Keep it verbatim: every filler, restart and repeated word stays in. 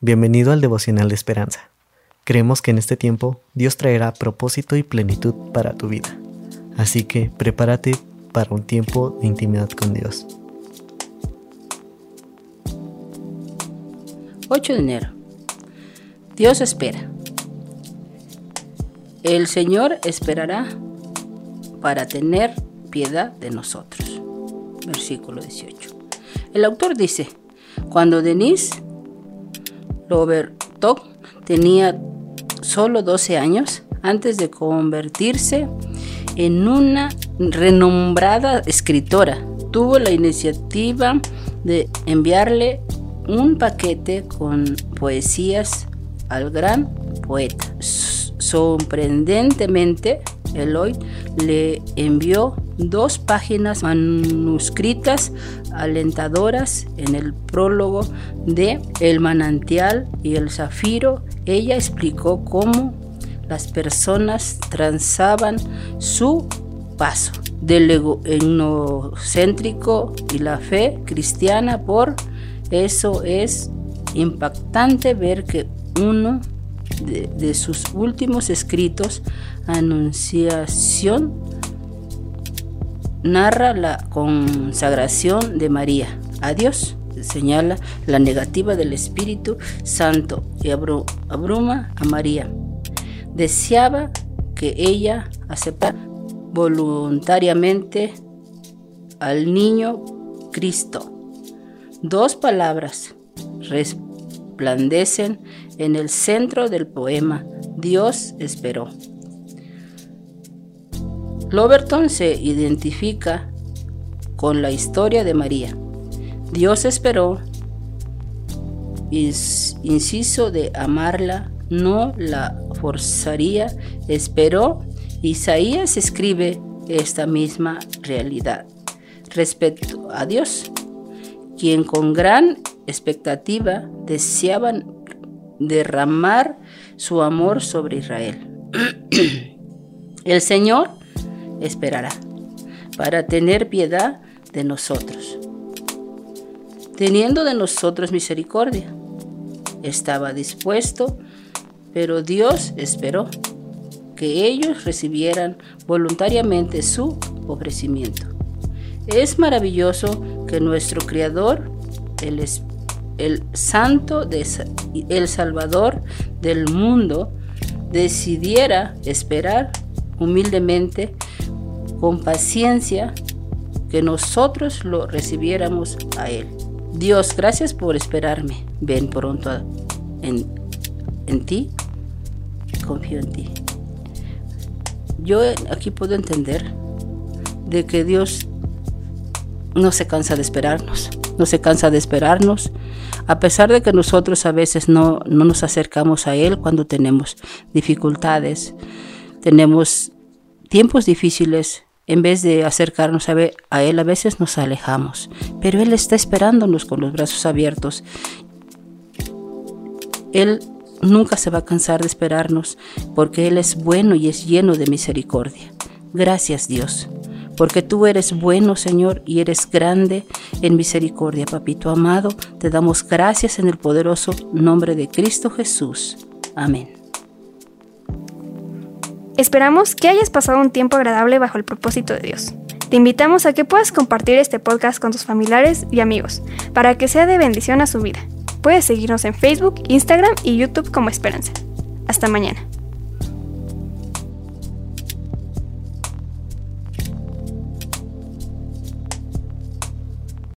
Bienvenido al Devocional de Esperanza. Creemos que en este tiempo Dios traerá propósito y plenitud para tu vida. Así que prepárate para un tiempo de intimidad con Dios. ocho de enero. Dios espera. El Señor esperará para tener piedad de nosotros. Versículo dieciocho. El autor dice: cuando Denise Loverton tenía solo doce años, antes de convertirse en una renombrada escritora, tuvo la iniciativa de enviarle un paquete con poesías al gran poeta. Sorprendentemente, Eloy le envió dos páginas manuscritas alentadoras. En el prólogo de El manantial y el zafiro, ella explicó cómo las personas transaban su paso del egocéntrico y la fe cristiana. Por eso es impactante ver que uno de, de sus últimos escritos, Anunciación, narra la consagración de María a Dios, señala la negativa del Espíritu Santo y abru- abruma a María. Deseaba que ella aceptara voluntariamente al niño Cristo. Dos palabras resplandecen en el centro del poema: Dios esperó. Loverton se identifica con la historia de María. Dios esperó, inciso de amarla, no la forzaría, esperó. Isaías escribe esta misma realidad respecto a Dios, quien con gran expectativa deseaba derramar su amor sobre Israel. El Señor esperará para tener piedad de nosotros, teniendo de nosotros misericordia. Estaba dispuesto, pero Dios esperó que ellos recibieran voluntariamente su ofrecimiento. Es maravilloso que nuestro Creador, el, el Santo, de, el Salvador del mundo, decidiera esperar humildemente, con paciencia, que nosotros lo recibiéramos a Él. Dios, gracias por esperarme. Ven pronto en, en ti. Confío en ti. Yo aquí puedo entender de que Dios no se cansa de esperarnos. No se cansa de esperarnos, a pesar de que nosotros a veces no, no nos acercamos a Él cuando tenemos dificultades, tenemos tiempos difíciles. En vez de acercarnos a, ver, a Él, a veces nos alejamos, pero Él está esperándonos con los brazos abiertos. Él nunca se va a cansar de esperarnos, porque Él es bueno y es lleno de misericordia. Gracias, Dios, porque tú eres bueno, Señor, y eres grande en misericordia. Papito amado, te damos gracias en el poderoso nombre de Cristo Jesús. Amén. Esperamos que hayas pasado un tiempo agradable bajo el propósito de Dios. Te invitamos a que puedas compartir este podcast con tus familiares y amigos, para que sea de bendición a su vida. Puedes seguirnos en Facebook, Instagram y YouTube como Esperanza. Hasta mañana.